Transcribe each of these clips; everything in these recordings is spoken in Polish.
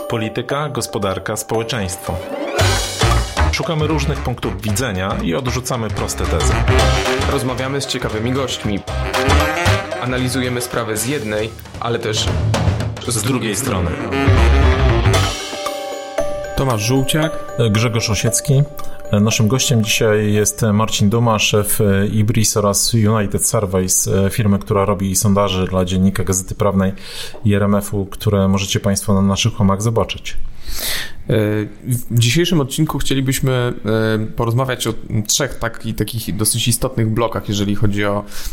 Polityka, gospodarka, społeczeństwo. Szukamy różnych punktów widzenia i odrzucamy proste tezy. Rozmawiamy z ciekawymi gośćmi. Analizujemy sprawę z jednej, ale też z drugiej strony. Tomasz Żółciak, Grzegorz Osiecki. Naszym gościem dzisiaj jest Marcin Duma, szef Ibris oraz United Surveys, firmy, która robi sondaże dla Dziennika Gazety Prawnej i RMF-u, które możecie Państwo na naszych łamach zobaczyć. W dzisiejszym odcinku chcielibyśmy porozmawiać o trzech takich dosyć istotnych blokach, jeżeli chodzi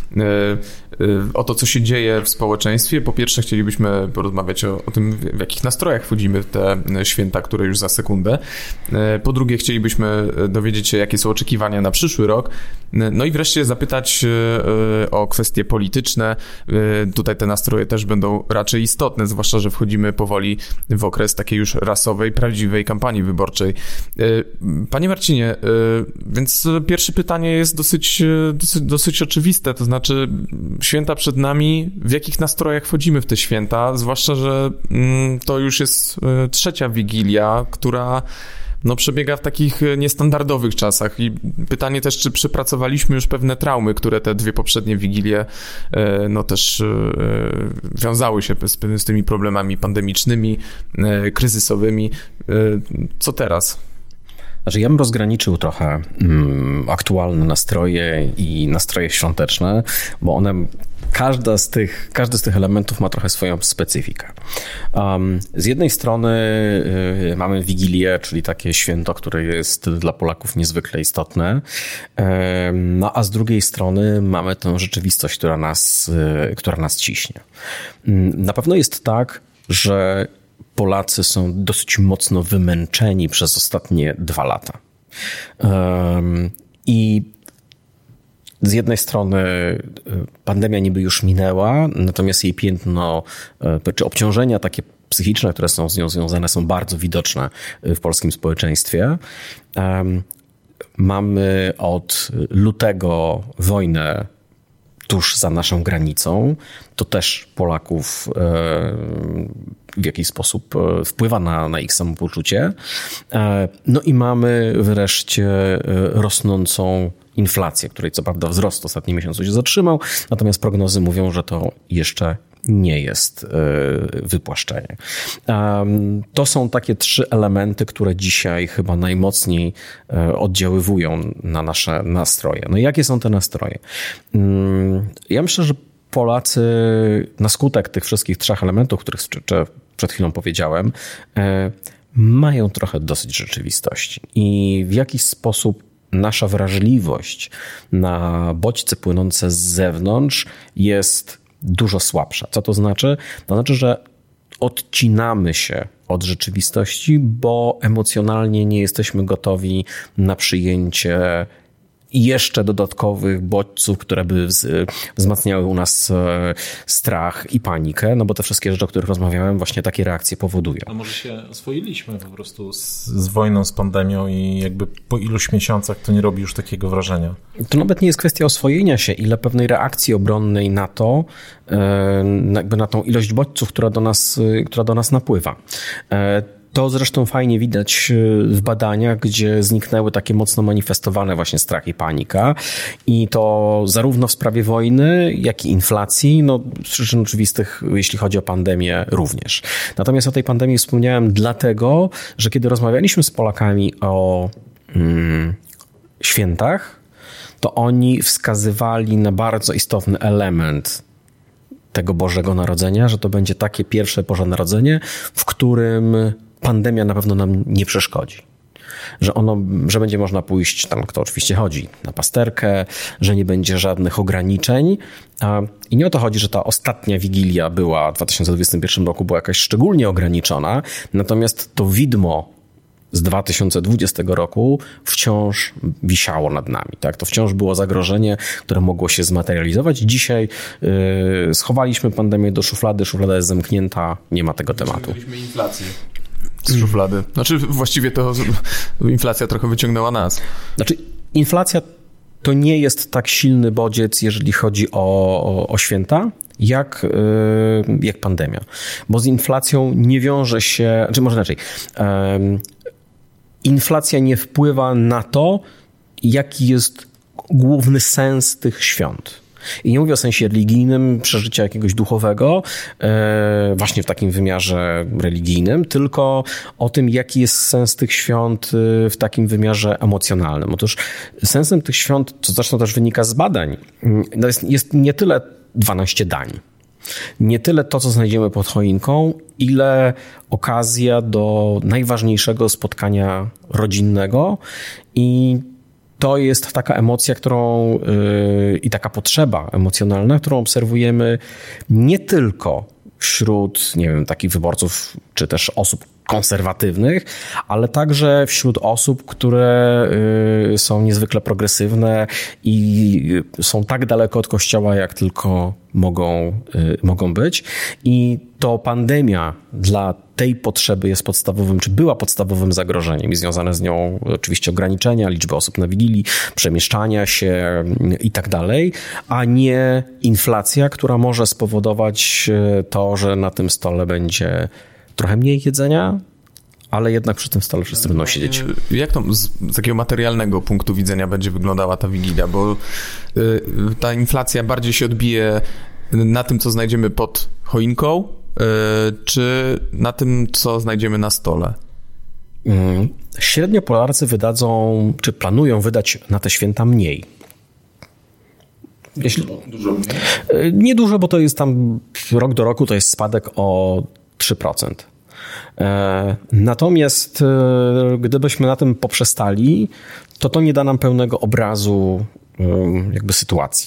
o to, co się dzieje w społeczeństwie. Po pierwsze, chcielibyśmy porozmawiać o tym, w jakich nastrojach wchodzimy w te święta, które już za sekundę. Po drugie, chcielibyśmy dowiedzieć się, jakie są oczekiwania na przyszły rok. No i wreszcie zapytać o kwestie polityczne. Tutaj te nastroje też będą raczej istotne, zwłaszcza, że wchodzimy powoli w okres takiej już rasowej, prawdziwej kampanii wyborczej. Panie Marcinie, więc pierwsze pytanie jest dosyć oczywiste, to znaczy święta przed nami, w jakich nastrojach wchodzimy w te święta, zwłaszcza, że to już jest trzecia Wigilia, która przebiega w takich niestandardowych czasach i pytanie też, czy przepracowaliśmy już pewne traumy, które te dwie poprzednie Wigilie też wiązały się z tymi problemami pandemicznymi, kryzysowymi. Co teraz? Znaczy, ja bym rozgraniczył trochę aktualne nastroje i nastroje świąteczne, bo one, każdy z tych elementów ma trochę swoją specyfikę. Z jednej strony mamy Wigilię, czyli takie święto, które jest dla Polaków niezwykle istotne, a z drugiej strony mamy tę rzeczywistość, która nas ciśnie. Na pewno jest tak, że Polacy są dosyć mocno wymęczeni przez ostatnie 2 lata. I z jednej strony pandemia niby już minęła, natomiast jej piętno, czy obciążenia takie psychiczne, które są z nią związane, są bardzo widoczne w polskim społeczeństwie. Mamy od lutego wojnę tuż za naszą granicą. To też Polaków w jakiś sposób wpływa na ich samopoczucie. No i mamy wreszcie rosnącą inflację, której co prawda wzrost w ostatnim miesiącu się zatrzymał, natomiast prognozy mówią, że to jeszcze nie jest wypłaszczenie. To są takie 3 elementy, które dzisiaj chyba najmocniej oddziaływują na nasze nastroje. No i jakie są te nastroje? Ja myślę, że Polacy na skutek tych wszystkich 3 elementów, których przed chwilą powiedziałem, mają trochę dosyć rzeczywistości i w jakiś sposób nasza wrażliwość na bodźce płynące z zewnątrz jest dużo słabsza. Co to znaczy? To znaczy, że odcinamy się od rzeczywistości, bo emocjonalnie nie jesteśmy gotowi na przyjęcie jeszcze dodatkowych bodźców, które by wzmacniały u nas strach i panikę, bo te wszystkie rzeczy, o których rozmawiałem, właśnie takie reakcje powodują. A może się oswoiliśmy po prostu z wojną, z pandemią i jakby po iluś miesiącach to nie robi już takiego wrażenia? To nawet nie jest kwestia oswojenia się, ile pewnej reakcji obronnej na to, jakby na tą ilość bodźców, która do nas napływa. To zresztą fajnie widać w badaniach, gdzie zniknęły takie mocno manifestowane właśnie strach i panika. I to zarówno w sprawie wojny, jak i inflacji, z przyczyn oczywistych, jeśli chodzi o pandemię, również. Natomiast o tej pandemii wspomniałem dlatego, że kiedy rozmawialiśmy z Polakami o świętach, to oni wskazywali na bardzo istotny element tego Bożego Narodzenia, że to będzie takie pierwsze Boże Narodzenie, w którym pandemia na pewno nam nie przeszkodzi. Że będzie można pójść tam, kto oczywiście chodzi, na pasterkę, że nie będzie żadnych ograniczeń. I nie o to chodzi, że ta ostatnia Wigilia w 2021 roku była jakaś szczególnie ograniczona, natomiast to widmo z 2020 roku wciąż wisiało nad nami. Tak? To wciąż było zagrożenie, które mogło się zmaterializować. Dzisiaj schowaliśmy pandemię do szuflady, szuflada jest zamknięta, nie ma tego tematu. Mieliśmy inflację z szuflady. Znaczy właściwie to inflacja trochę wyciągnęła nas. Znaczy inflacja to nie jest tak silny bodziec, jeżeli chodzi o święta. jak pandemia. Bo z inflacją nie wiąże się, czy może inaczej, inflacja nie wpływa na to, jaki jest główny sens tych świąt. I nie mówię o sensie religijnym, przeżycia jakiegoś duchowego, właśnie w takim wymiarze religijnym, tylko o tym, jaki jest sens tych świąt w takim wymiarze emocjonalnym. Otóż sensem tych świąt, co zresztą też wynika z badań, jest nie tyle 12 dań, nie tyle to, co znajdziemy pod choinką, ile okazja do najważniejszego spotkania rodzinnego i to jest taka emocja, i taka potrzeba emocjonalna, którą obserwujemy nie tylko wśród, nie wiem, takich wyborców, czy też osób konserwatywnych, ale także wśród osób, które są niezwykle progresywne i są tak daleko od Kościoła, jak tylko mogą być. I to pandemia dla tej potrzeby jest podstawowym, czy była podstawowym zagrożeniem i związane z nią oczywiście ograniczenia liczby osób na Wigilii, przemieszczania się i tak dalej, a nie inflacja, która może spowodować to, że na tym stole będzie trochę mniej jedzenia, ale jednak przy tym stole wszyscy będą siedzieć. Jak to z takiego materialnego punktu widzenia będzie wyglądała ta Wigilia? Bo ta inflacja bardziej się odbije na tym, co znajdziemy pod choinką, czy na tym, co znajdziemy na stole? Średnio Polacy wydadzą, czy planują wydać na te święta mniej. Dużo mniej? Nie dużo, bo to jest tam rok do roku to jest spadek o 3%. Natomiast gdybyśmy na tym poprzestali, to nie da nam pełnego obrazu jakby sytuacji.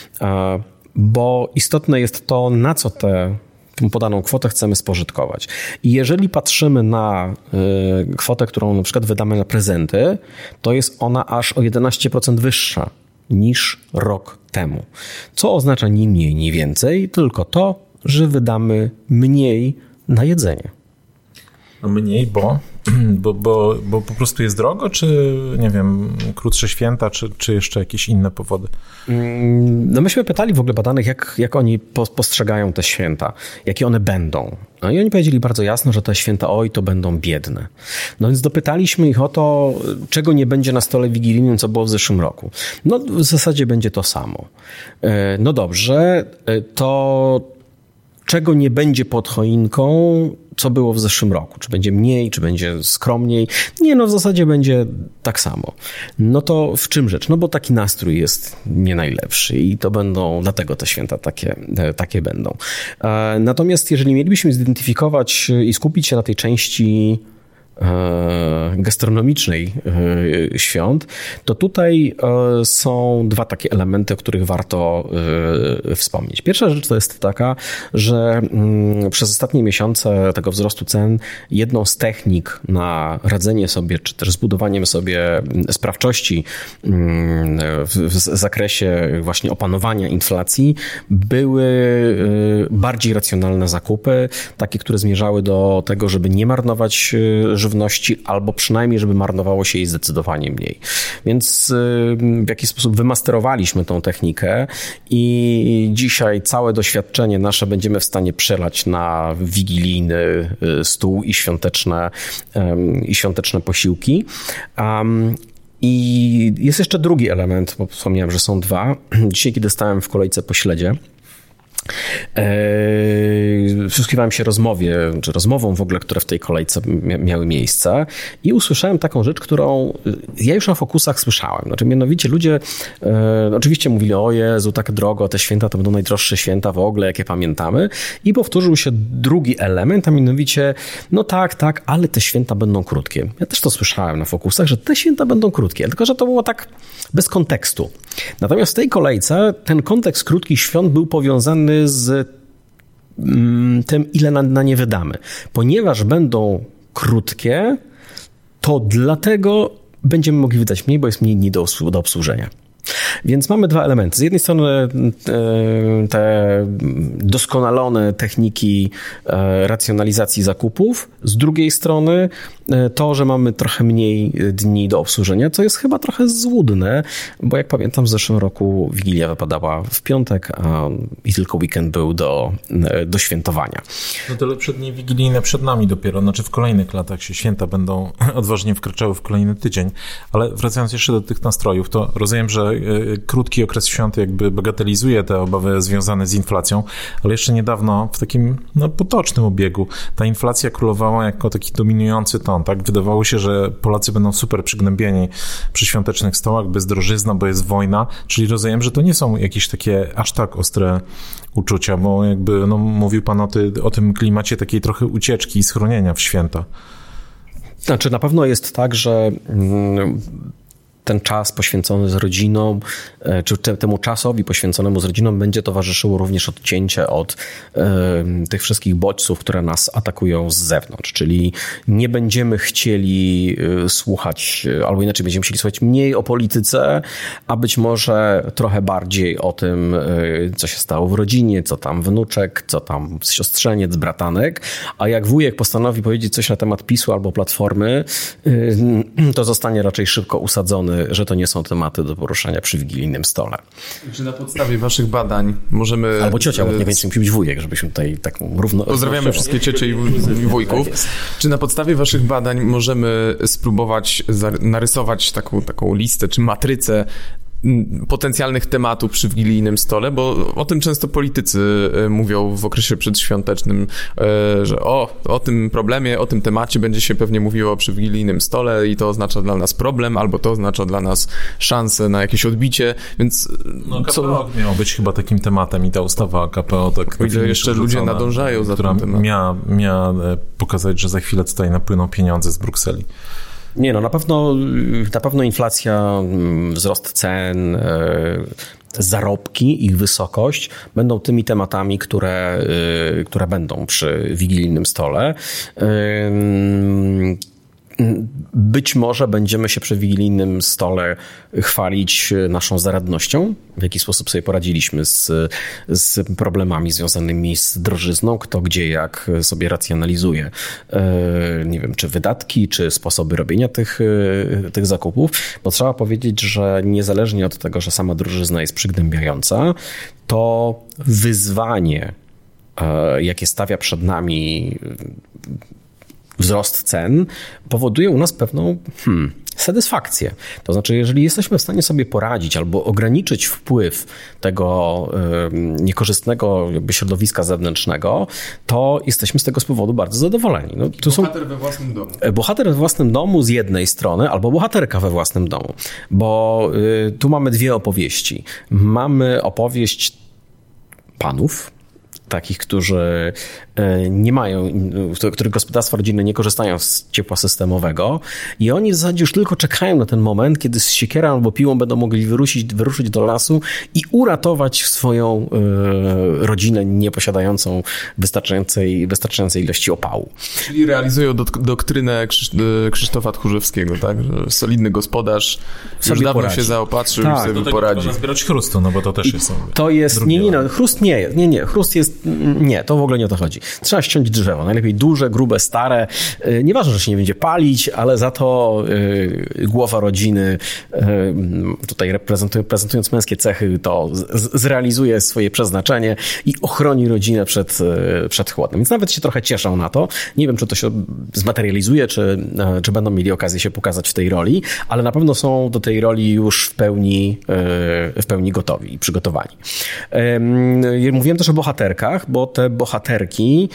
Bo istotne jest to, na co tę podaną kwotę chcemy spożytkować. I jeżeli patrzymy na kwotę, którą na przykład wydamy na prezenty, to jest ona aż o 11% wyższa niż rok temu. Co oznacza ni mniej, ni więcej, tylko to, że wydamy mniej na jedzenie. Mniej, bo po prostu jest drogo, czy nie wiem, krótsze święta, czy jeszcze jakieś inne powody? No myśmy pytali w ogóle badanych, jak oni postrzegają te święta, jakie one będą. No i oni powiedzieli bardzo jasno, że te święta, to będą biedne. No więc dopytaliśmy ich o to, czego nie będzie na stole wigilijnym, co było w zeszłym roku. No w zasadzie będzie to samo. No dobrze, to czego nie będzie pod choinką, co było w zeszłym roku? Czy będzie mniej, czy będzie skromniej? Nie, no w zasadzie będzie tak samo. No to w czym rzecz? No bo taki nastrój jest nie najlepszy i to dlatego te święta takie będą. Natomiast jeżeli mielibyśmy zidentyfikować i skupić się na tej części gastronomicznej świąt, to tutaj są dwa takie elementy, o których warto wspomnieć. Pierwsza rzecz to jest taka, że przez ostatnie miesiące tego wzrostu cen jedną z technik na radzenie sobie, czy też zbudowaniem sobie sprawczości w zakresie właśnie opanowania inflacji były bardziej racjonalne zakupy, takie, które zmierzały do tego, żeby nie marnować żywności, albo przynajmniej, żeby marnowało się jej zdecydowanie mniej. Więc w jakiś sposób wymasterowaliśmy tą technikę i dzisiaj całe doświadczenie nasze będziemy w stanie przelać na wigilijny stół i świąteczne posiłki. I jest jeszcze drugi element, bo wspomniałem, że są dwa. Dzisiaj, kiedy stałem w kolejce po śledzie, przysłuchiwałem się rozmowom w ogóle, które w tej kolejce miały miejsce i usłyszałem taką rzecz, którą ja już na fokusach słyszałem. Znaczy, mianowicie ludzie oczywiście mówili, o Jezu, tak drogo, te święta to będą najdroższe święta w ogóle, jakie pamiętamy. I powtórzył się drugi element, a mianowicie, no tak, ale te święta będą krótkie. Ja też to słyszałem na fokusach, że te święta będą krótkie, tylko że to było tak bez kontekstu. Natomiast w tej kolejce ten kontekst krótkich świąt był powiązany z tym, ile na nie wydamy. Ponieważ będą krótkie, to dlatego będziemy mogli wydać mniej, bo jest mniej dni do obsłużenia. Więc mamy dwa elementy. Z jednej strony te doskonalone techniki racjonalizacji zakupów, z drugiej strony to, że mamy trochę mniej dni do obsłużenia, co jest chyba trochę złudne, bo jak pamiętam w zeszłym roku Wigilia wypadała w piątek, i tylko weekend był do świętowania. No te lepsze dni wigilijne przed nami dopiero, znaczy w kolejnych latach się święta będą odważnie wkraczały w kolejny tydzień, ale wracając jeszcze do tych nastrojów, to rozumiem, że krótki okres świąt jakby bagatelizuje te obawy związane z inflacją, ale jeszcze niedawno w takim potocznym obiegu ta inflacja królowała jako taki dominujący ton, tak? Wydawało się, że Polacy będą super przygnębieni przy świątecznych stołach, bez drożyzna, bo jest wojna, czyli rozumiem, że to nie są jakieś takie aż tak ostre uczucia, bo jakby mówił pan o tym klimacie takiej trochę ucieczki i schronienia w święta. Znaczy na pewno jest tak, że ten czas poświęcony z rodziną, czy temu czasowi poświęconemu z rodziną będzie towarzyszyło również odcięcie od tych wszystkich bodźców, które nas atakują z zewnątrz. Czyli nie będziemy chcieli słuchać, albo inaczej będziemy chcieli słuchać mniej o polityce, a być może trochę bardziej o tym, co się stało w rodzinie, co tam wnuczek, co tam siostrzeniec, bratanek. A jak wujek postanowi powiedzieć coś na temat PiS-u albo Platformy, to zostanie raczej szybko usadzony, że to nie są tematy do poruszania przy wigilijnym stole. Czy na podstawie waszych badań możemy... Albo ciocia, nie więcej musi być wujek, żebyśmy tutaj tak równo... Pozdrawiamy wszystkie ciocie i wujków. Tak, czy na podstawie waszych badań możemy spróbować narysować taką listę, czy matrycę potencjalnych tematów przy wigilijnym stole, bo o tym często politycy mówią w okresie przedświątecznym, że o tym problemie, o tym temacie będzie się pewnie mówiło przy wigilijnym stole i to oznacza dla nas problem, albo to oznacza dla nas szansę na jakieś odbicie, więc... KPO miało być chyba takim tematem i ta ustawa KPO tak... O ile jeszcze ludzie nadążają za tym tematem. Miała pokazać, że za chwilę tutaj napłyną pieniądze z Brukseli. Nie, na pewno inflacja, wzrost cen, zarobki, ich wysokość będą tymi tematami, które będą przy wigilijnym stole. Być może będziemy się przy wigilijnym stole chwalić naszą zaradnością, w jaki sposób sobie poradziliśmy z problemami związanymi z drożyzną, kto gdzie jak sobie racjonalizuje, nie wiem, czy wydatki, czy sposoby robienia tych zakupów, bo trzeba powiedzieć, że niezależnie od tego, że sama drożyzna jest przygnębiająca, to wyzwanie, jakie stawia przed nami wzrost cen, powoduje u nas pewną satysfakcję. To znaczy, jeżeli jesteśmy w stanie sobie poradzić albo ograniczyć wpływ tego niekorzystnego środowiska zewnętrznego, to jesteśmy z tego z powodu bardzo zadowoleni. Bohater we własnym domu. Bohater we własnym domu z jednej strony, albo bohaterka we własnym domu, bo tu mamy dwie opowieści. Mamy opowieść panów, takich, którzy nie mają, których gospodarstwa rodzinne nie korzystają z ciepła systemowego i oni w zasadzie już tylko czekają na ten moment, kiedy z siekierą albo piłą będą mogli wyruszyć do lasu i uratować swoją rodzinę nieposiadającą wystarczającej ilości opału. Czyli realizują doktrynę Krzysztofa Tchórzewskiego, tak? Że solidny gospodarz już dawno poradzi. Się zaopatrzył i sobie poradzi. Trzeba zbierać chrustu, bo to też jest... To jest... Chrust nie. Chrust jest... Nie, to w ogóle nie o to chodzi. Trzeba ściąć drzewo. Najlepiej duże, grube, stare. Nieważne, że się nie będzie palić, ale za to głowa rodziny, tutaj prezentując męskie cechy, to zrealizuje swoje przeznaczenie i ochroni rodzinę przed chłodem. Więc nawet się trochę cieszą na to. Nie wiem, czy to się zmaterializuje, czy będą mieli okazję się pokazać w tej roli, ale na pewno są do tej roli już w pełni gotowi i przygotowani. Mówiłem też o bohaterkach, bo te bohaterki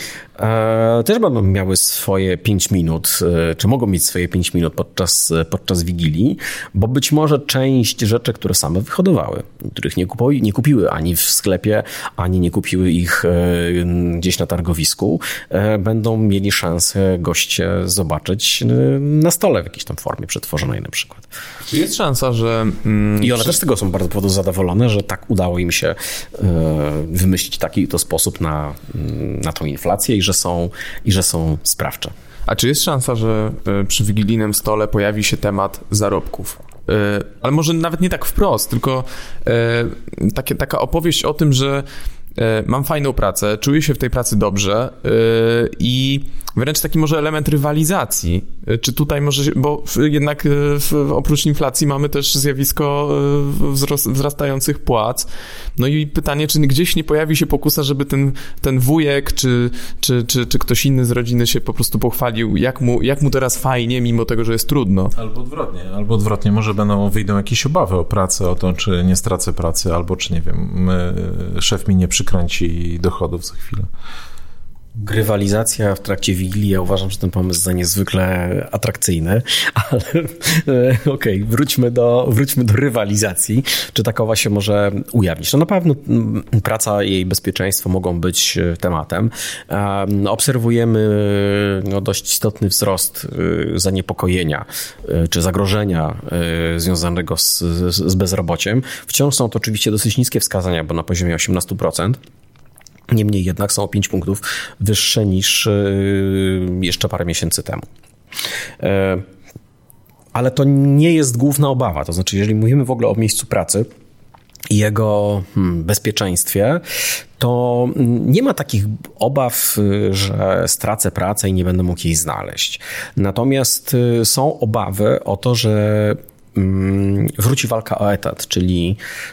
też będą miały swoje 5 minut, czy mogą mieć swoje 5 minut podczas Wigilii, bo być może część rzeczy, które same wyhodowały, których nie kupiły ani w sklepie, ani nie kupiły ich gdzieś na targowisku, będą mieli szansę goście zobaczyć na stole w jakiejś tam formie przetworzonej na przykład. Czy jest szansa, że... I one też z tego są bardzo zadowolone, że tak udało im się wymyślić taki to sposób na tą inflację i że są sprawcze. A czy jest szansa, że przy wigilijnym stole pojawi się temat zarobków? ale może nawet nie tak wprost, tylko taka opowieść o tym, że mam fajną pracę, czuję się w tej pracy dobrze i wręcz taki może element rywalizacji. Czy tutaj może, bo jednak oprócz inflacji mamy też zjawisko wzrastających płac. No i pytanie, czy gdzieś nie pojawi się pokusa, żeby ten wujek czy ktoś inny z rodziny się po prostu pochwalił, jak mu teraz fajnie, mimo tego, że jest trudno. Albo odwrotnie, może wyjdą jakieś obawy o pracę, o to, czy nie stracę pracy, albo czy nie wiem, szef mi nie przykręci dochodów za chwilę. Grywalizacja w trakcie Wigilii, ja uważam, że ten pomysł za niezwykle atrakcyjny, ale okej, wróćmy do rywalizacji. Czy takowa się może ujawnić? No na pewno praca i jej bezpieczeństwo mogą być tematem. Obserwujemy dość istotny wzrost zaniepokojenia czy zagrożenia związanego z bezrobociem. Wciąż są to oczywiście dosyć niskie wskazania, bo na poziomie 18%. Niemniej jednak są o 5 punktów wyższe niż jeszcze parę miesięcy temu. Ale to nie jest główna obawa. To znaczy, jeżeli mówimy w ogóle o miejscu pracy i jego bezpieczeństwie, to nie ma takich obaw, że stracę pracę i nie będę mógł jej znaleźć. Natomiast są obawy o to, że wróci walka o etat, czyli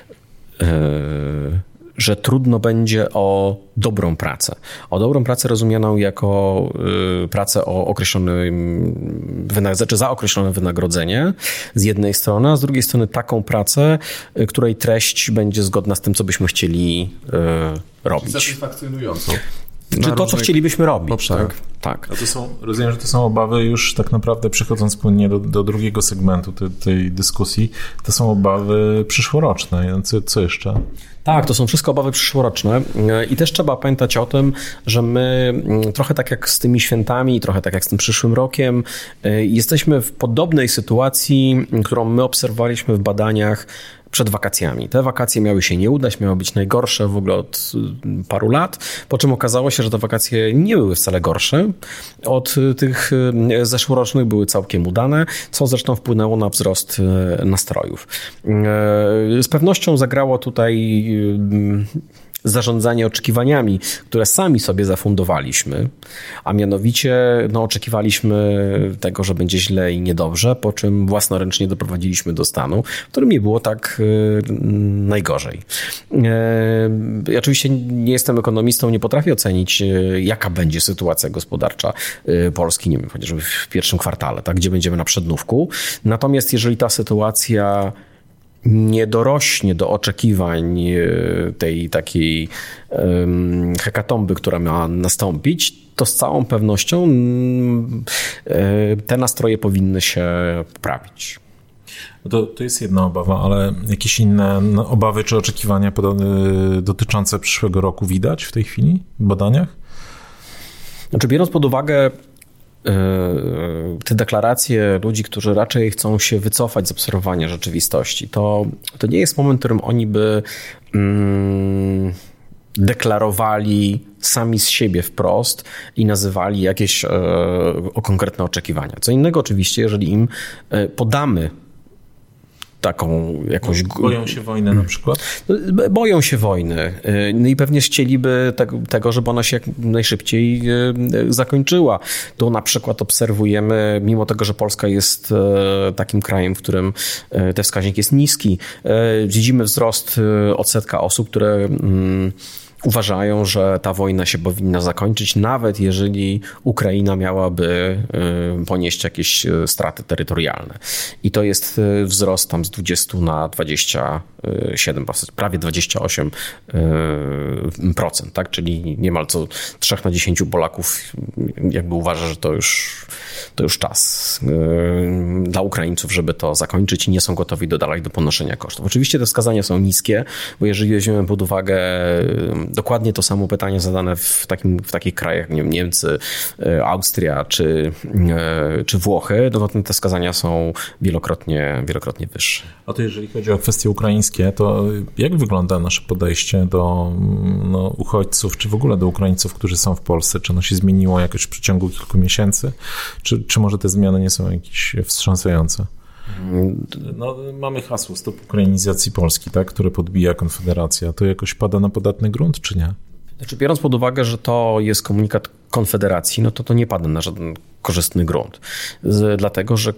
że trudno będzie o dobrą pracę. O dobrą pracę rozumianą jako pracę o określonym czy za określone wynagrodzenie z jednej strony, a z drugiej strony taką pracę, której treść będzie zgodna z tym, co byśmy chcieli robić. Satysfakcjonującą. Czy to, co chcielibyśmy robić. Tak. A rozumiem, że to są obawy już tak naprawdę, przechodząc płynnie do drugiego segmentu tej dyskusji, to są obawy przyszłoroczne. Co jeszcze? Tak, to są wszystko obawy przyszłoroczne i też trzeba pamiętać o tym, że my trochę tak jak z tymi świętami, trochę tak jak z tym przyszłym rokiem, jesteśmy w podobnej sytuacji, którą my obserwowaliśmy w badaniach przed wakacjami. Te wakacje miały się nie udać, miały być najgorsze w ogóle od paru lat, po czym okazało się, że te wakacje nie były wcale gorsze. Od tych zeszłorocznych były całkiem udane, co zresztą wpłynęło na wzrost nastrojów. Z pewnością zagrało tutaj zarządzanie oczekiwaniami, które sami sobie zafundowaliśmy, a mianowicie oczekiwaliśmy tego, że będzie źle i niedobrze, po czym własnoręcznie doprowadziliśmy do stanu, w którym nie było tak najgorzej. Ja oczywiście nie jestem ekonomistą, nie potrafię ocenić, jaka będzie sytuacja gospodarcza Polski, nie wiem, chociażby w pierwszym kwartale, tak, gdzie będziemy na przednówku. Natomiast jeżeli ta sytuacja nie dorośnie do oczekiwań tej takiej hekatomby, która miała nastąpić, to z całą pewnością te nastroje powinny się poprawić. To jest jedna obawa, ale jakieś inne obawy czy oczekiwania dotyczące przyszłego roku widać w tej chwili w badaniach? Znaczy, biorąc pod uwagę te deklaracje ludzi, którzy raczej chcą się wycofać z obserwowania rzeczywistości, to nie jest moment, w którym oni by deklarowali sami z siebie wprost i nazywali jakieś konkretne oczekiwania. Co innego oczywiście, jeżeli im podamy taką jakąś... Boją się wojny na przykład? Boją się wojny. No i pewnie chcieliby tego, żeby ona się jak najszybciej zakończyła. Tu na przykład obserwujemy, mimo tego, że Polska jest takim krajem, w którym ten wskaźnik jest niski, widzimy wzrost odsetka osób, które uważają, że ta wojna się powinna zakończyć, nawet jeżeli Ukraina miałaby ponieść jakieś straty terytorialne. I to jest wzrost tam z 20 na 27, prawie 28%, tak? Czyli niemal co 3 na 10 Polaków jakby uważa, że to już czas dla Ukraińców, żeby to zakończyć i nie są gotowi dalej do ponoszenia kosztów. Oczywiście te wskazania są niskie, bo jeżeli weźmiemy pod uwagę dokładnie to samo pytanie zadane w takich krajach, nie wiem, Niemcy, Austria czy Włochy, no to te wskazania są wielokrotnie wyższe. A to jeżeli chodzi o kwestie ukraińskie, to jak wygląda nasze podejście do uchodźców, czy w ogóle do Ukraińców, którzy są w Polsce? Czy ono się zmieniło jakoś w przeciągu kilku miesięcy? Czy może te zmiany nie są jakieś wstrząsające? No, mamy hasło Stop Ukrainizacji Polski, tak, które podbija Konfederacja. To jakoś pada na podatny grunt, czy nie? Znaczy, biorąc pod uwagę, że to jest komunikat Konfederacji, no to nie pada na żaden korzystny grunt. Dlatego, że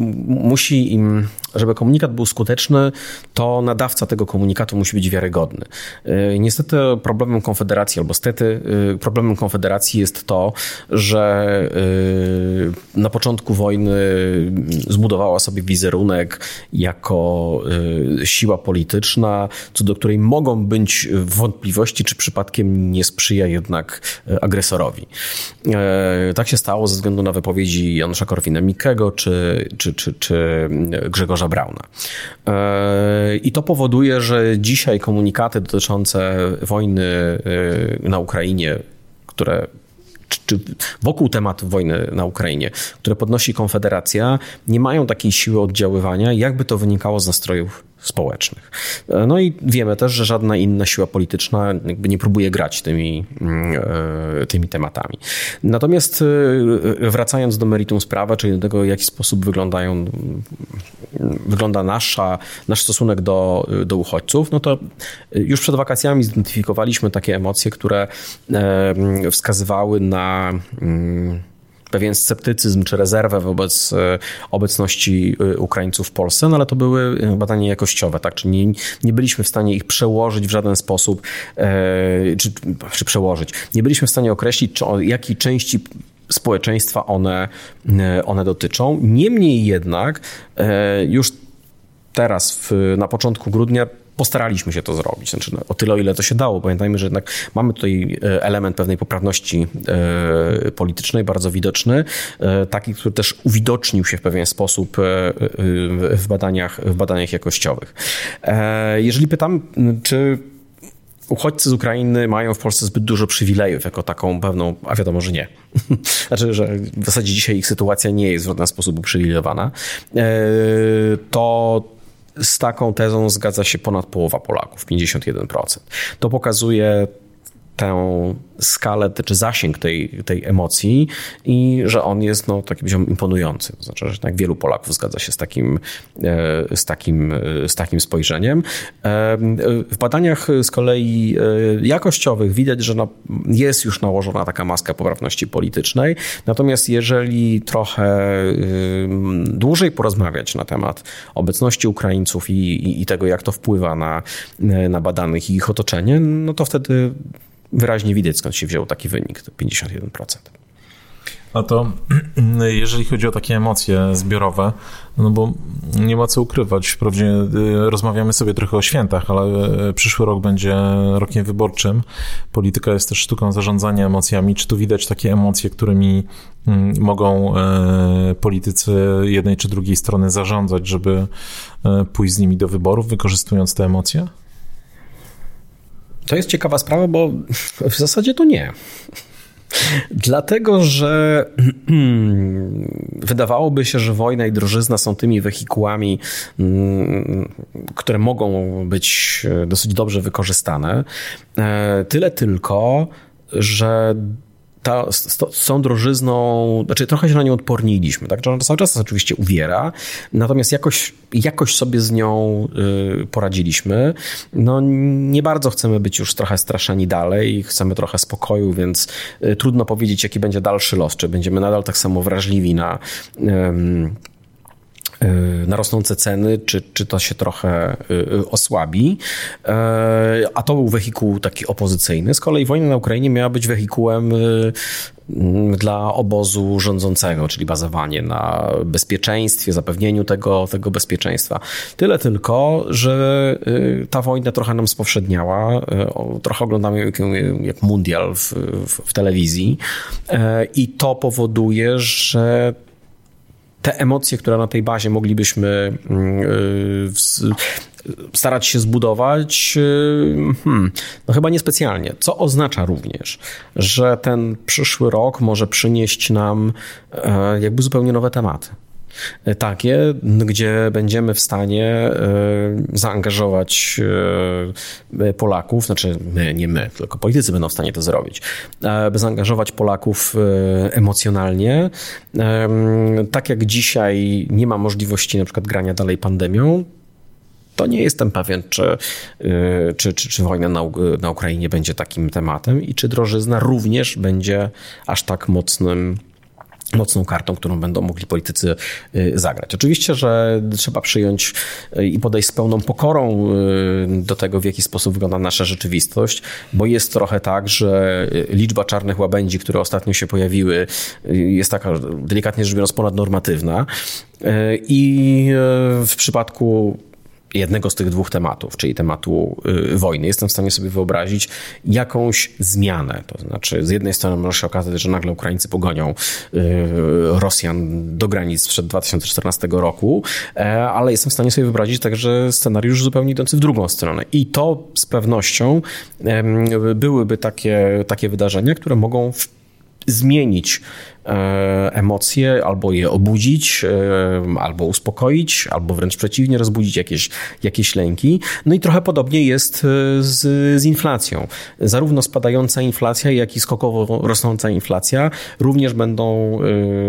żeby komunikat był skuteczny, to nadawca tego komunikatu musi być wiarygodny. Niestety problemem Konfederacji, albo stety problemem Konfederacji jest to, że na początku wojny zbudowała sobie wizerunek jako siła polityczna, co do której mogą być wątpliwości, czy przypadkiem nie sprzyja jednak agresorowi. Tak się stało ze względu na wypowiedzi Janusza Korwina-Mikkego czy Grzegorza Brauna. I to powoduje, że dzisiaj komunikaty dotyczące wojny na Ukrainie, czy wokół tematu wojny na Ukrainie, które podnosi Konfederacja, nie mają takiej siły oddziaływania, jakby to wynikało z nastrojów społecznych. No i wiemy też, że żadna inna siła polityczna jakby nie próbuje grać tymi tematami. Natomiast wracając do meritum sprawy, czyli do tego, w jaki sposób wygląda nasz stosunek do uchodźców, no to już przed wakacjami zidentyfikowaliśmy takie emocje, które wskazywały na pewien sceptycyzm czy rezerwę wobec obecności Ukraińców w Polsce, no ale to były badania jakościowe, tak? Czyli nie byliśmy w stanie ich przełożyć w żaden sposób, czy przełożyć. Nie byliśmy w stanie określić, jakiej części społeczeństwa one dotyczą. Niemniej jednak już teraz na początku grudnia postaraliśmy się to zrobić, znaczy o tyle, o ile to się dało. Pamiętajmy, że jednak mamy tutaj element pewnej poprawności politycznej, bardzo widoczny, taki, który też uwidocznił się w pewien sposób w badaniach jakościowych. Jeżeli pytam, czy uchodźcy z Ukrainy mają w Polsce zbyt dużo przywilejów jako taką pewną, a wiadomo, że nie. Znaczy, że w zasadzie dzisiaj ich sytuacja nie jest w żaden sposób uprzywilejowana, to z taką tezą zgadza się ponad połowa Polaków, 51%. To pokazuje tę skalę, czy zasięg tej emocji i że on jest, taki powiedziałbym, imponujący. To znaczy, że tak wielu Polaków zgadza się z takim spojrzeniem. W badaniach z kolei jakościowych widać, że jest już nałożona taka maska poprawności politycznej. Natomiast jeżeli trochę dłużej porozmawiać na temat obecności Ukraińców i tego, jak to wpływa na badanych i ich otoczenie, no to wtedy wyraźnie widać, skąd się wziął taki wynik, to 51%. A to jeżeli chodzi o takie emocje zbiorowe, no bo nie ma co ukrywać, wprawdzie rozmawiamy sobie trochę o świętach, ale przyszły rok będzie rokiem wyborczym. Polityka jest też sztuką zarządzania emocjami. Czy tu widać takie emocje, którymi mogą politycy jednej czy drugiej strony zarządzać, żeby pójść z nimi do wyborów, wykorzystując te emocje? To jest ciekawa sprawa, bo w zasadzie to nie. Dlatego, że wydawałoby się, że wojna i drożyzna są tymi wehikułami, które mogą być dosyć dobrze wykorzystane. Tyle tylko, że z tą drożyzną, znaczy trochę się na nią odporniliśmy, tak? Ona cały czas nas oczywiście uwiera, natomiast jakoś sobie z nią poradziliśmy. No nie bardzo chcemy być już trochę straszeni dalej, chcemy trochę spokoju, więc trudno powiedzieć, jaki będzie dalszy los, czy będziemy nadal tak samo wrażliwi na rosnące ceny, czy to się trochę osłabi. A to był wehikuł taki opozycyjny. Z kolei wojna na Ukrainie miała być wehikułem dla obozu rządzącego, czyli bazowanie na bezpieczeństwie, zapewnieniu tego bezpieczeństwa. Tyle tylko, że ta wojna trochę nam spowszedniała. Trochę oglądamy jak mundial w telewizji i to powoduje, że te emocje, które na tej bazie moglibyśmy starać się zbudować, no chyba niespecjalnie. Co oznacza również, że ten przyszły rok może przynieść nam jakby zupełnie nowe tematy. Takie, gdzie będziemy w stanie zaangażować Polaków, znaczy nie my, tylko politycy będą w stanie to zrobić, by zaangażować Polaków emocjonalnie. Tak jak dzisiaj nie ma możliwości na przykład grania dalej pandemią, to nie jestem pewien, czy wojna na Ukrainie będzie takim tematem i czy drożyzna również będzie aż tak mocną kartą, którą będą mogli politycy zagrać. Oczywiście, że trzeba przyjąć i podejść z pełną pokorą do tego, w jaki sposób wygląda nasza rzeczywistość, bo jest trochę tak, że liczba czarnych łabędzi, które ostatnio się pojawiły, jest taka, delikatnie rzecz biorąc, ponadnormatywna i w przypadku jednego z tych dwóch tematów, czyli tematu wojny, jestem w stanie sobie wyobrazić jakąś zmianę. To znaczy, z jednej strony może się okazać, że nagle Ukraińcy pogonią Rosjan do granic sprzed 2014 roku, ale jestem w stanie sobie wyobrazić także scenariusz zupełnie idący w drugą stronę. I to z pewnością byłyby takie wydarzenia, które mogą zmienić emocje, albo je obudzić, albo uspokoić, albo wręcz przeciwnie, rozbudzić jakieś lęki. No i trochę podobnie jest z inflacją. Zarówno spadająca inflacja, jak i skokowo rosnąca inflacja również będą,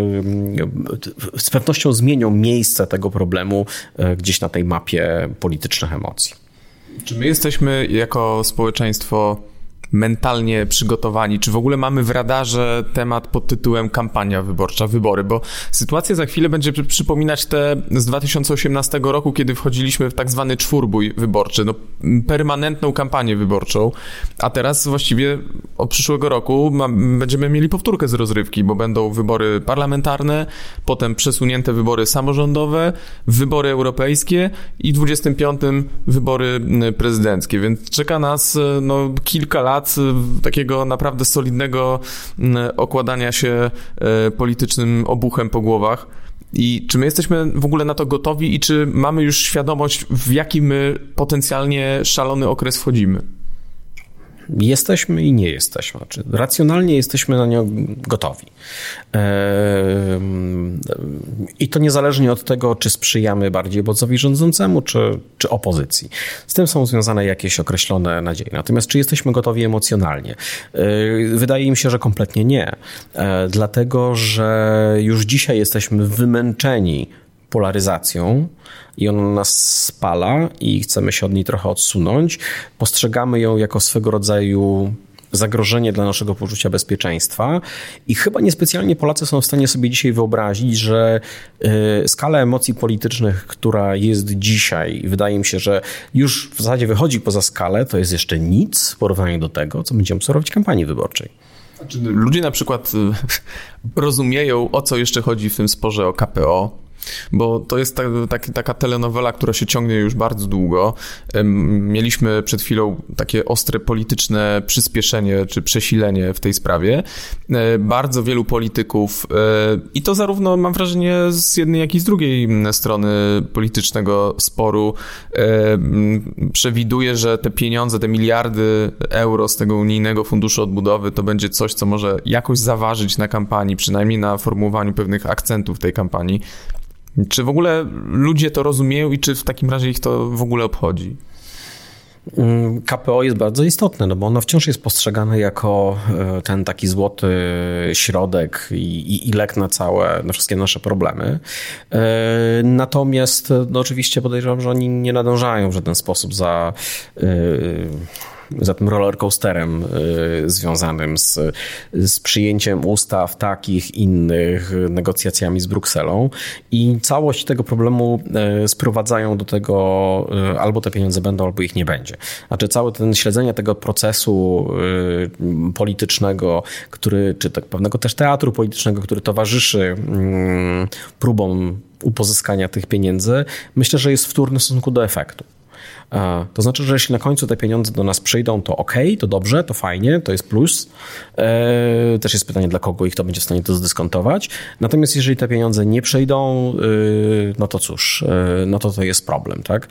z pewnością zmienią miejsce tego problemu gdzieś na tej mapie politycznych emocji. Czy my jesteśmy jako społeczeństwo mentalnie przygotowani? Czy w ogóle mamy w radarze temat pod tytułem kampania wyborcza, wybory? Bo sytuacja za chwilę będzie przypominać te z 2018 roku, kiedy wchodziliśmy w tak zwany czwórbój wyborczy, permanentną kampanię wyborczą, a teraz właściwie od przyszłego roku będziemy mieli powtórkę z rozrywki, bo będą wybory parlamentarne, potem przesunięte wybory samorządowe, wybory europejskie i w 25 wybory prezydenckie, więc czeka nas kilka lat takiego naprawdę solidnego okładania się politycznym obuchem po głowach. I czy my jesteśmy w ogóle na to gotowi i czy mamy już świadomość, w jaki my potencjalnie szalony okres wchodzimy? Jesteśmy i nie jesteśmy. Znaczy, racjonalnie jesteśmy na nią gotowi. I to niezależnie od tego, czy sprzyjamy bardziej obozowi rządzącemu, czy opozycji. Z tym są związane jakieś określone nadzieje. Natomiast czy jesteśmy gotowi emocjonalnie? Wydaje mi się, że kompletnie nie. Dlatego, że już dzisiaj jesteśmy wymęczeni polaryzacją i ona nas spala i chcemy się od niej trochę odsunąć. Postrzegamy ją jako swego rodzaju zagrożenie dla naszego poczucia bezpieczeństwa i chyba niespecjalnie Polacy są w stanie sobie dzisiaj wyobrazić, że skala emocji politycznych, która jest dzisiaj, wydaje mi się, że już w zasadzie wychodzi poza skalę, to jest jeszcze nic w porównaniu do tego, co będziemy obserwować w kampanii wyborczej. Ludzie na przykład rozumieją, o co jeszcze chodzi w tym sporze o KPO, bo to jest taka telenowela, która się ciągnie już bardzo długo. Mieliśmy przed chwilą takie ostre polityczne przyspieszenie czy przesilenie w tej sprawie. Bardzo wielu polityków, i to zarówno mam wrażenie z jednej, jak i z drugiej strony politycznego sporu, przewiduje, że te pieniądze, te miliardy euro z tego unijnego funduszu odbudowy to będzie coś, co może jakoś zaważyć na kampanii, przynajmniej na formułowaniu pewnych akcentów tej kampanii. Czy w ogóle ludzie to rozumieją i czy w takim razie ich to w ogóle obchodzi? KPO jest bardzo istotne, no bo ono wciąż jest postrzegane jako ten taki złoty środek i lek na wszystkie nasze problemy. Natomiast oczywiście podejrzewam, że oni nie nadążają w żaden sposób za tym rollercoasterem związanym z przyjęciem ustaw, takich innych, negocjacjami z Brukselą i całość tego problemu sprowadzają do tego, albo te pieniądze będą, albo ich nie będzie. Znaczy cały ten śledzenie tego procesu politycznego, czy tak pewnego też teatru politycznego, który towarzyszy próbom upozyskania tych pieniędzy, myślę, że jest wtórny w stosunku do efektu. To znaczy, że jeśli na końcu te pieniądze do nas przyjdą, to okej, to dobrze, to fajnie, to jest plus. Też jest pytanie, dla kogo i kto będzie w stanie to zdyskontować. Natomiast jeżeli te pieniądze nie przyjdą, no to cóż, no to jest problem, tak?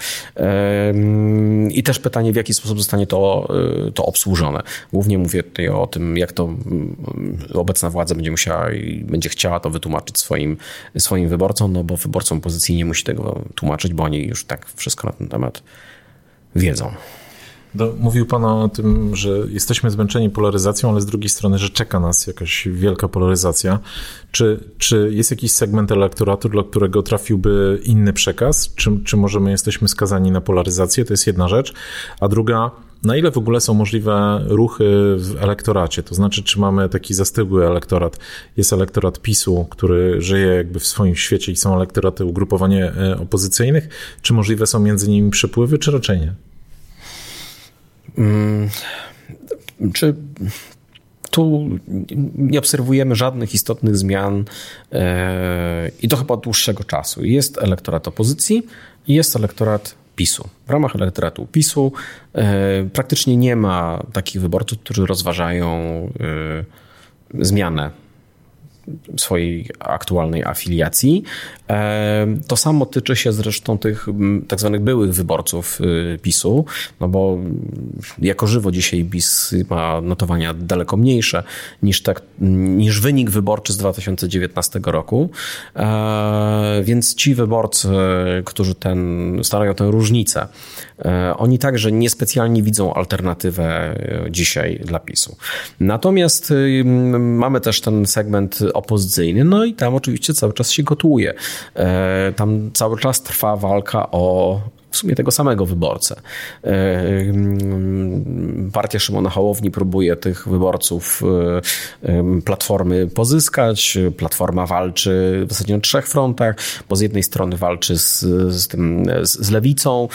I też pytanie, w jaki sposób zostanie to obsłużone. Głównie mówię tutaj o tym, jak to obecna władza będzie musiała i będzie chciała to wytłumaczyć swoim wyborcom, no bo wyborcom opozycji nie musi tego tłumaczyć, bo oni już tak wszystko na ten temat wiedzą. Mówił Pan o tym, że jesteśmy zmęczeni polaryzacją, ale z drugiej strony, że czeka nas jakaś wielka polaryzacja. Czy jest jakiś segment elektoratu, dla którego trafiłby inny przekaz? Czy może my jesteśmy skazani na polaryzację? To jest jedna rzecz. A druga, na ile w ogóle są możliwe ruchy w elektoracie? To znaczy, czy mamy taki zastygły elektorat? Jest elektorat PiS-u, który żyje jakby w swoim świecie i są elektoraty ugrupowania opozycyjnych? Czy możliwe są między nimi przepływy, czy raczej nie? Czy tu nie obserwujemy żadnych istotnych zmian i to chyba od dłuższego czasu. Jest elektorat opozycji i jest elektorat PiS-u. W ramach elektoratu PiS-u praktycznie nie ma takich wyborców, którzy rozważają zmianę swojej aktualnej afiliacji. To samo tyczy się zresztą tych tak zwanych byłych wyborców PiS-u, no bo jako żywo dzisiaj PiS ma notowania daleko mniejsze niż wynik wyborczy z 2019 roku, więc ci wyborcy, którzy stanowią tę różnicę, oni także niespecjalnie widzą alternatywę dzisiaj dla PiS-u. Natomiast mamy też ten segment opozycyjny, no i tam oczywiście cały czas się gotuje. Tam cały czas trwa walka o w sumie tego samego wyborcę. Partia Szymona Hołowni próbuje tych wyborców Platformy pozyskać. Platforma walczy w zasadzie na 3 frontach, bo z jednej strony walczy z lewicą,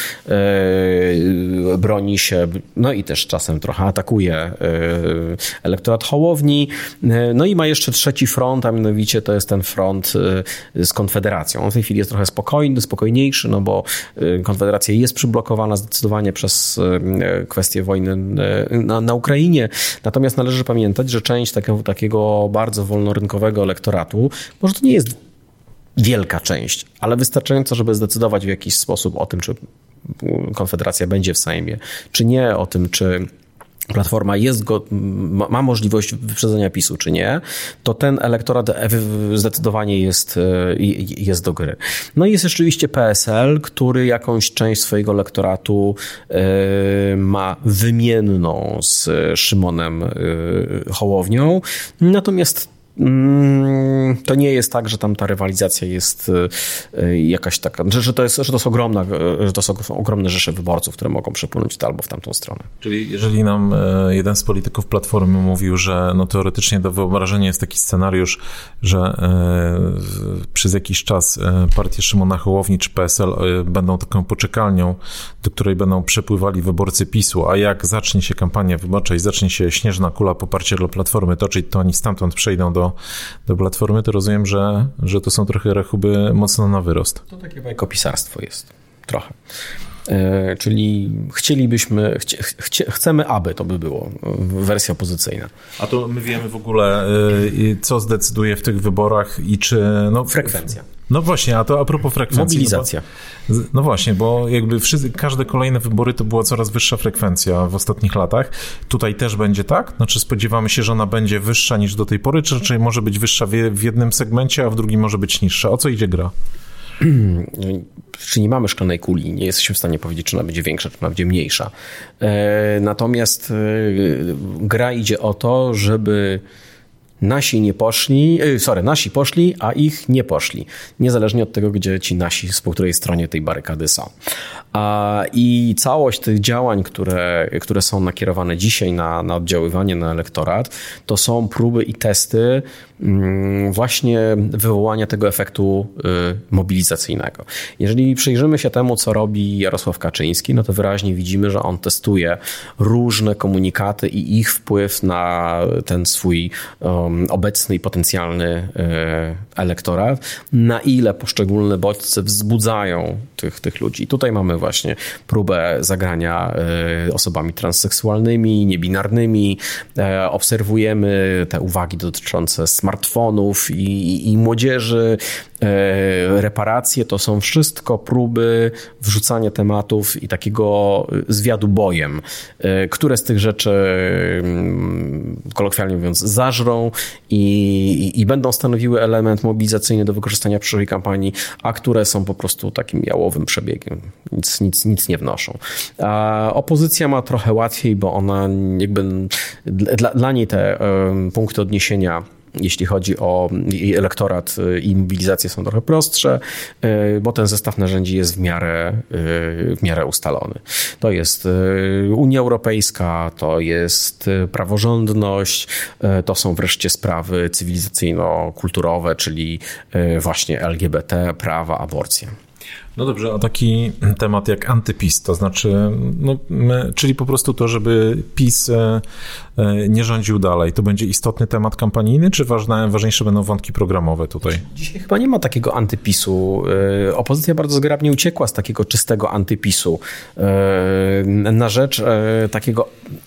broni się, no i też czasem trochę atakuje elektorat Hołowni. No i ma jeszcze trzeci front, a mianowicie to jest ten front z Konfederacją. On w tej chwili jest trochę spokojniejszy, no bo Konfederacja jest przyblokowana zdecydowanie przez kwestię wojny na Ukrainie. Natomiast należy pamiętać, że część takiego bardzo wolnorynkowego elektoratu, może to nie jest wielka część, ale wystarczająca, żeby zdecydować w jakiś sposób o tym, czy Konfederacja będzie w Sejmie, czy nie, o tym, czy Platforma ma możliwość wyprzedzenia PiS-u, czy nie, to ten elektorat zdecydowanie jest do gry. No i jest rzeczywiście PSL, który jakąś część swojego elektoratu ma wymienną z Szymonem Hołownią, natomiast to nie jest tak, że tam ta rywalizacja jest jakaś taka, że to są ogromne rzesze wyborców, które mogą przepłynąć w tę albo w tamtą stronę. Czyli jeżeli nam jeden z polityków Platformy mówił, że no teoretycznie do wyobrażenia jest taki scenariusz, że przez jakiś czas partie Szymona Hołowni czy PSL będą taką poczekalnią, do której będą przepływali wyborcy PiS-u, a jak zacznie się kampania wyborcza i zacznie się śnieżna kula poparcia dla Platformy toczyć, to oni stamtąd przejdą do Platformy, to rozumiem, że to są trochę rachuby mocno na wyrost. To takie bajkopisarstwo jest. Trochę. Czyli chcemy, aby to by było wersja opozycyjna. A to my wiemy w ogóle, co zdecyduje w tych wyborach i czy... No, frekwencja. No właśnie, a to a propos frekwencji. Mobilizacja. No właśnie, bo jakby każde kolejne wybory to była coraz wyższa frekwencja w ostatnich latach. Tutaj też będzie tak? Znaczy spodziewamy się, że ona będzie wyższa niż do tej pory, czy raczej może być wyższa w jednym segmencie, a w drugim może być niższa? O co idzie gra? Czy nie mamy szklanej kuli, nie jesteśmy w stanie powiedzieć, czy ona będzie większa, czy ona będzie mniejsza. Natomiast gra idzie o to, żeby nasi poszli, a ich nie poszli. Niezależnie od tego, gdzie ci nasi, po której stronie tej barykady są. I całość tych działań, które są nakierowane dzisiaj na oddziaływanie na elektorat, to są próby i testy właśnie wywołania tego efektu mobilizacyjnego. Jeżeli przyjrzymy się temu, co robi Jarosław Kaczyński, no to wyraźnie widzimy, że on testuje różne komunikaty i ich wpływ na ten swój obecny i potencjalny elektorat, na ile poszczególne bodźce wzbudzają tych ludzi. Tutaj mamy właśnie próbę zagrania osobami transseksualnymi, niebinarnymi. Obserwujemy te uwagi dotyczące smartfonów i młodzieży. Reparacje to są wszystko próby wrzucania tematów i takiego zwiadu bojem. Które z tych rzeczy, kolokwialnie mówiąc, zażrą i będą stanowiły element mobilizacyjny do wykorzystania w przyszłej kampanii, a które są po prostu takim jałowym przebiegiem. Nic nie wnoszą. A opozycja ma trochę łatwiej, bo ona jakby dla niej te punkty odniesienia, jeśli chodzi o jej elektorat i mobilizację, są trochę prostsze, bo ten zestaw narzędzi jest w miarę ustalony. To jest Unia Europejska, to jest praworządność, to są wreszcie sprawy cywilizacyjno-kulturowe, czyli właśnie LGBT, prawa, aborcja. No dobrze, a taki temat jak antyPiS, to znaczy, czyli po prostu to, żeby PiS nie rządził dalej, to będzie istotny temat kampanijny, czy ważniejsze będą wątki programowe tutaj? Dzisiaj chyba nie ma takiego antyPiS-u. Opozycja bardzo zgrabnie uciekła z takiego czystego antyPiS-u na rzecz takiego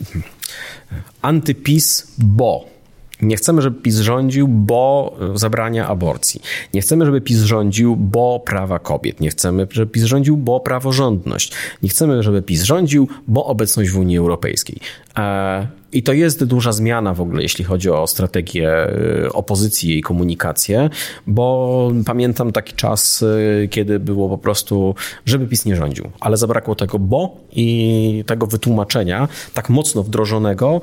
antyPiS, bo nie chcemy, żeby PiS rządził, bo zabrania aborcji. Nie chcemy, żeby PiS rządził, bo prawa kobiet. Nie chcemy, żeby PiS rządził, bo praworządność. Nie chcemy, żeby PiS rządził, bo obecność w Unii Europejskiej. I to jest duża zmiana w ogóle, jeśli chodzi o strategię opozycji i jej komunikację, bo pamiętam taki czas, kiedy było po prostu, żeby PiS nie rządził, ale zabrakło tego bo i tego wytłumaczenia tak mocno wdrożonego,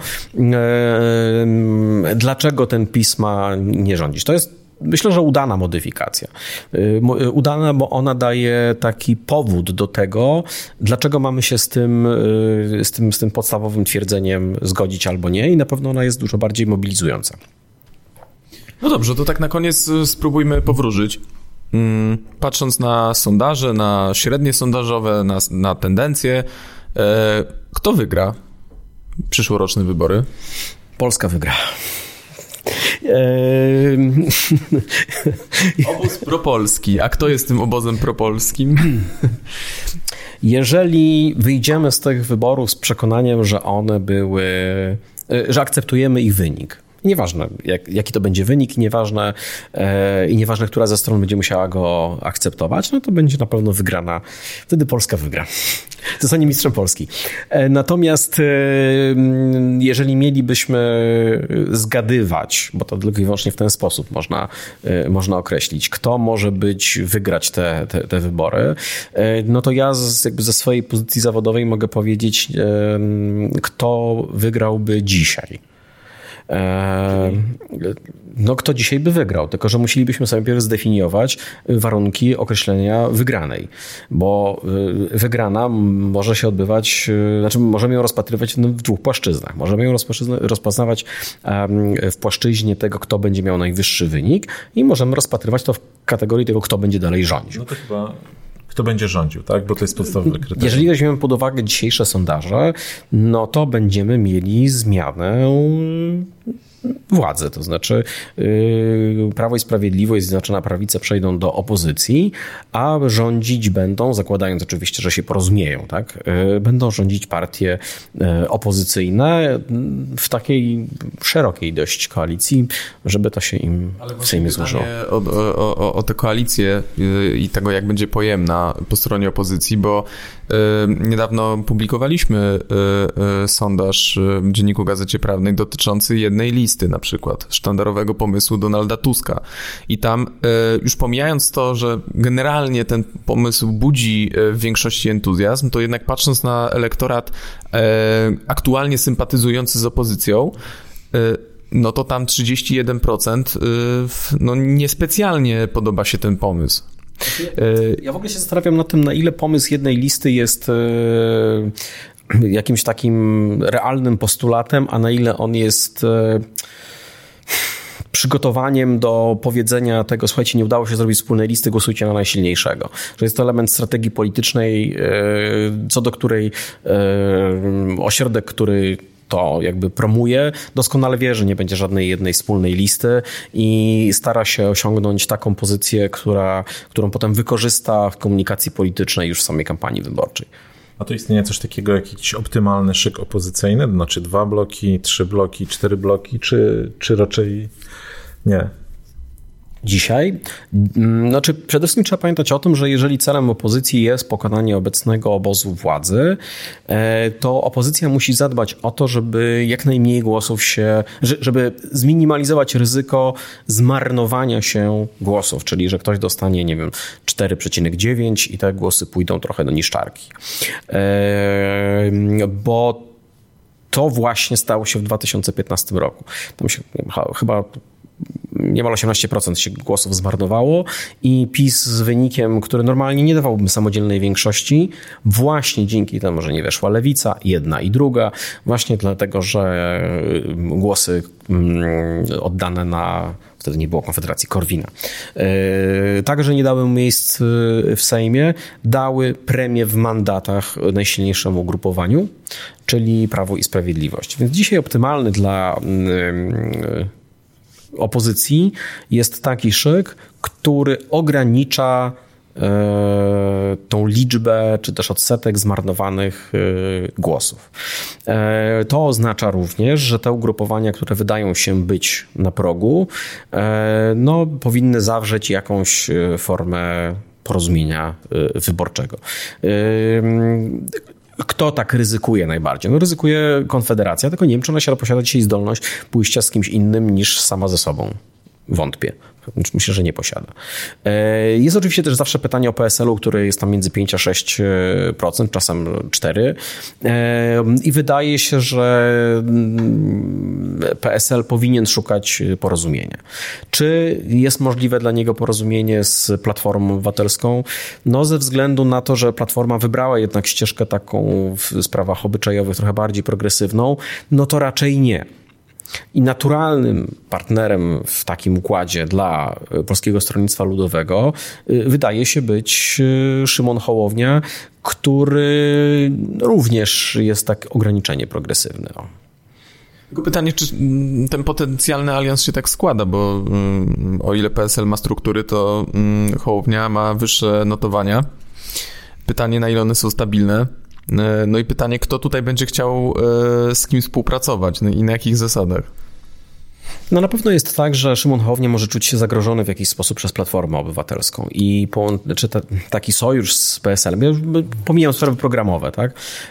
dlaczego ten PiS ma nie rządzić. To jest, myślę, że udana modyfikacja. Udana, bo ona daje taki powód do tego, dlaczego mamy się z tym podstawowym twierdzeniem zgodzić albo nie, i na pewno ona jest dużo bardziej mobilizująca. No dobrze, to tak na koniec spróbujmy powróżyć. Patrząc na sondaże, na średnie sondażowe, na tendencje, kto wygra przyszłoroczne wybory? Polska wygra. Obóz propolski. A kto jest tym obozem propolskim? Jeżeli wyjdziemy z tych wyborów z przekonaniem, że one były, że akceptujemy ich wynik, nieważne jaki to będzie wynik i nieważne, która ze stron będzie musiała go akceptować, no to będzie na pewno wygrana. Wtedy Polska wygra. Zostanie mistrzem Polski. Natomiast jeżeli mielibyśmy zgadywać, bo to tylko i wyłącznie w ten sposób można określić, kto może wygrać te wybory, no to ja ze swojej pozycji zawodowej mogę powiedzieć, kto wygrałby dzisiaj. No kto dzisiaj by wygrał, tylko że musielibyśmy sobie najpierw zdefiniować warunki określenia wygranej, bo wygrana może się odbywać, znaczy możemy ją rozpatrywać w dwóch płaszczyznach. Możemy ją rozpoznawać w płaszczyźnie tego, kto będzie miał najwyższy wynik, i możemy rozpatrywać to w kategorii tego, kto będzie dalej rządził. No to chyba kto będzie rządził, tak? Bo to jest podstawowe kryterium. Jeżeli weźmiemy pod uwagę dzisiejsze sondaże, no to będziemy mieli zmianę władzy, to znaczy Prawo i Sprawiedliwość, Zjednoczona Prawica przejdą do opozycji, a rządzić będą, zakładając oczywiście, że się porozumieją, tak? Będą rządzić partie opozycyjne w takiej szerokiej dość koalicji, żeby to się im w Sejmie złożyło. O tę koalicję i tego, jak będzie pojemna po stronie opozycji, bo niedawno publikowaliśmy sondaż w Dzienniku Gazecie Prawnej dotyczący jednej listy, na przykład sztandarowego pomysłu Donalda Tuska. I tam, już pomijając to, że generalnie ten pomysł budzi w większości entuzjazm, to jednak patrząc na elektorat aktualnie sympatyzujący z opozycją, no to tam 31% no niespecjalnie podoba się ten pomysł. Ja w ogóle się zastanawiam nad tym, na ile pomysł jednej listy jest jakimś takim realnym postulatem, a na ile on jest przygotowaniem do powiedzenia tego, słuchajcie, nie udało się zrobić wspólnej listy, głosujcie na najsilniejszego. Że jest to element strategii politycznej, co do której ośrodek, który to jakby promuje, doskonale wie, że nie będzie żadnej jednej wspólnej listy i stara się osiągnąć taką pozycję, którą potem wykorzysta w komunikacji politycznej już w samej kampanii wyborczej. A to istnieje coś takiego, jakiś optymalny szyk opozycyjny? Znaczy 2 bloki, 3 bloki, 4 bloki, czy raczej nie? Dzisiaj? Znaczy przede wszystkim trzeba pamiętać o tym, że jeżeli celem opozycji jest pokonanie obecnego obozu władzy, to opozycja musi zadbać o to, żeby jak najmniej głosów żeby zminimalizować ryzyko zmarnowania się głosów, czyli że ktoś dostanie, nie wiem, 4,9 i te głosy pójdą trochę do niszczarki. Bo to właśnie stało się w 2015 roku. Tam się chyba niemal 18% się głosów zmarnowało i PiS z wynikiem, który normalnie nie dawałby samodzielnej większości, właśnie dzięki temu, że nie weszła Lewica, jedna i druga, właśnie dlatego, że głosy oddane na, wtedy nie było Konfederacji, Korwina, także nie dały miejsc w Sejmie, dały premię w mandatach najsilniejszemu ugrupowaniu, czyli Prawo i Sprawiedliwość. Więc dzisiaj optymalny dla opozycji jest taki szyk, który ogranicza tą liczbę, czy też odsetek zmarnowanych głosów. To oznacza również, że te ugrupowania, które wydają się być na progu, powinny zawrzeć jakąś formę porozumienia wyborczego. Kto tak ryzykuje najbardziej? Ryzykuje Konfederacja, tylko nie wiem, czy ona się posiada dzisiaj zdolność pójścia z kimś innym niż sama ze sobą. Wątpię. Myślę, że nie posiada. Jest oczywiście też zawsze pytanie o PSL-u, który jest tam między 5 a 6%, czasem 4%. I wydaje się, że PSL powinien szukać porozumienia. Czy jest możliwe dla niego porozumienie z Platformą Obywatelską? Ze względu na to, że Platforma wybrała jednak ścieżkę taką w sprawach obyczajowych, trochę bardziej progresywną, to raczej nie. I naturalnym partnerem w takim układzie dla Polskiego Stronnictwa Ludowego wydaje się być Szymon Hołownia, który również jest tak ograniczenie progresywny. Tylko pytanie, czy ten potencjalny alians się tak składa, bo o ile PSL ma struktury, to Hołownia ma wyższe notowania. Pytanie, na ile one są stabilne. I pytanie, kto tutaj będzie chciał z kim współpracować i na jakich zasadach? Na pewno jest tak, że Szymon Hołownia może czuć się zagrożony w jakiś sposób przez Platformę Obywatelską i taki sojusz z PSL-em, ja pomijam sprawy programowe, tak?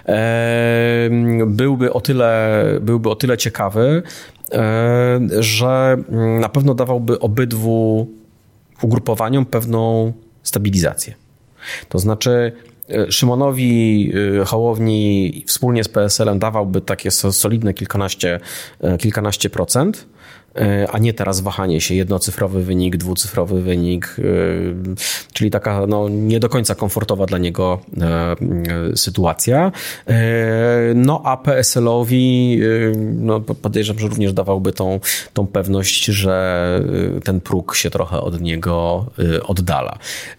Byłby o tyle ciekawy, że na pewno dawałby obydwu ugrupowaniom pewną stabilizację. To znaczy Szymonowi Hołowni wspólnie z PSL-em dawałby takie solidne kilkanaście procent, a nie teraz wahanie się, jednocyfrowy wynik, dwucyfrowy wynik, czyli taka nie do końca komfortowa dla niego sytuacja. A PSL-owi podejrzewam, że również dawałby tą pewność, że ten próg się trochę od niego oddala.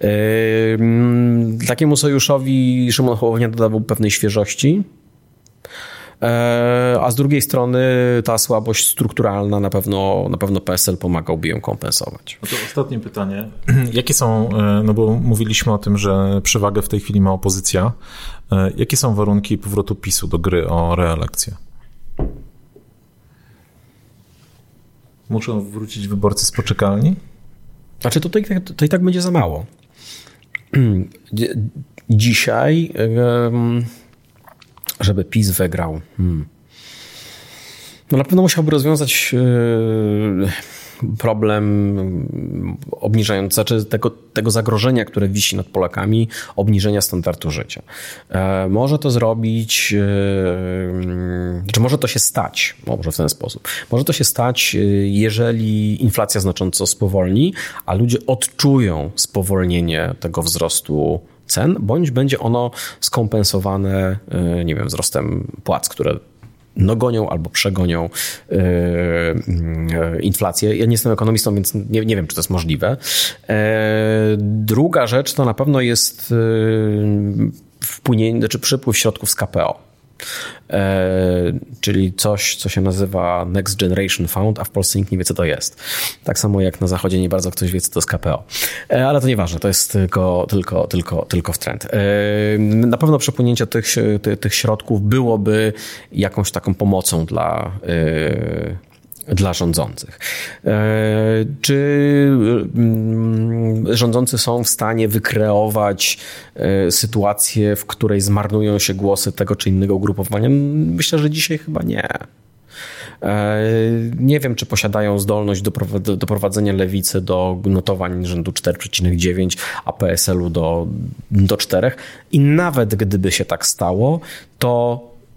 Takiemu sojuszowi Szymon Hołownia dodawał pewnej świeżości, a z drugiej strony ta słabość strukturalna na pewno PSL pomagałby ją kompensować. To ostatnie pytanie. Jakie są, bo mówiliśmy o tym, że przewagę w tej chwili ma opozycja. Jakie są warunki powrotu PiS-u do gry o reelekcję? Muszą wrócić wyborcy z poczekalni? Znaczy to i tak będzie za mało. Dzisiaj żeby PiS wygrał. Na pewno musiałby rozwiązać problem obniżający, tego zagrożenia, które wisi nad Polakami, obniżenia standardu życia. Może to zrobić, czy może to się stać, może w ten sposób. Może to się stać, jeżeli inflacja znacząco spowolni, a ludzie odczują spowolnienie tego wzrostu cen, bądź będzie ono skompensowane, wzrostem płac, które gonią albo przegonią inflację. Ja nie jestem ekonomistą, więc nie wiem, czy to jest możliwe. Druga rzecz to na pewno jest przypływ środków z KPO. Czyli coś, co się nazywa Next Generation Fund, a w Polsce nikt nie wie, co to jest. Tak samo jak na Zachodzie nie bardzo ktoś wie, co to jest KPO. Ale to nieważne, to jest tylko wtręt. Na pewno przepłynięcie tych środków byłoby jakąś taką pomocą dla rządzących. Czy rządzący są w stanie wykreować sytuację, w której zmarnują się głosy tego czy innego ugrupowania? Myślę, że dzisiaj chyba nie. Nie wiem, czy posiadają zdolność do prowadzenia lewicy do notowań rzędu 4,9, a PSL-u do 4. I nawet gdyby się tak stało, to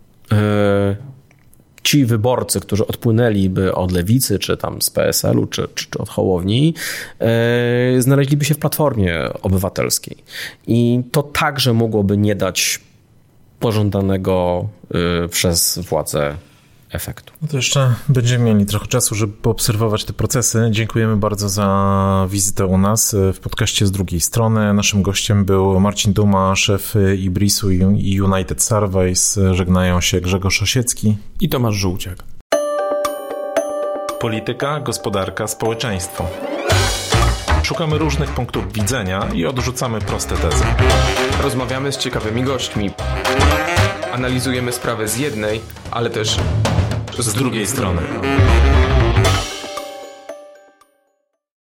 ci wyborcy, którzy odpłynęliby od lewicy, czy tam z PSL-u, czy od Hołowni, znaleźliby się w Platformie Obywatelskiej. I to także mogłoby nie dać pożądanego przez władzę efektu. No to jeszcze będziemy mieli trochę czasu, żeby poobserwować te procesy. Dziękujemy bardzo za wizytę u nas w podcaście z drugiej strony. Naszym gościem był Marcin Duma, szef Ibrisu i United Surveys. Żegnają się Grzegorz Osiecki i Tomasz Żółciak. Polityka, gospodarka, społeczeństwo. Szukamy różnych punktów widzenia i odrzucamy proste tezy. Rozmawiamy z ciekawymi gośćmi. Analizujemy sprawę z jednej, ale też z drugiej strony.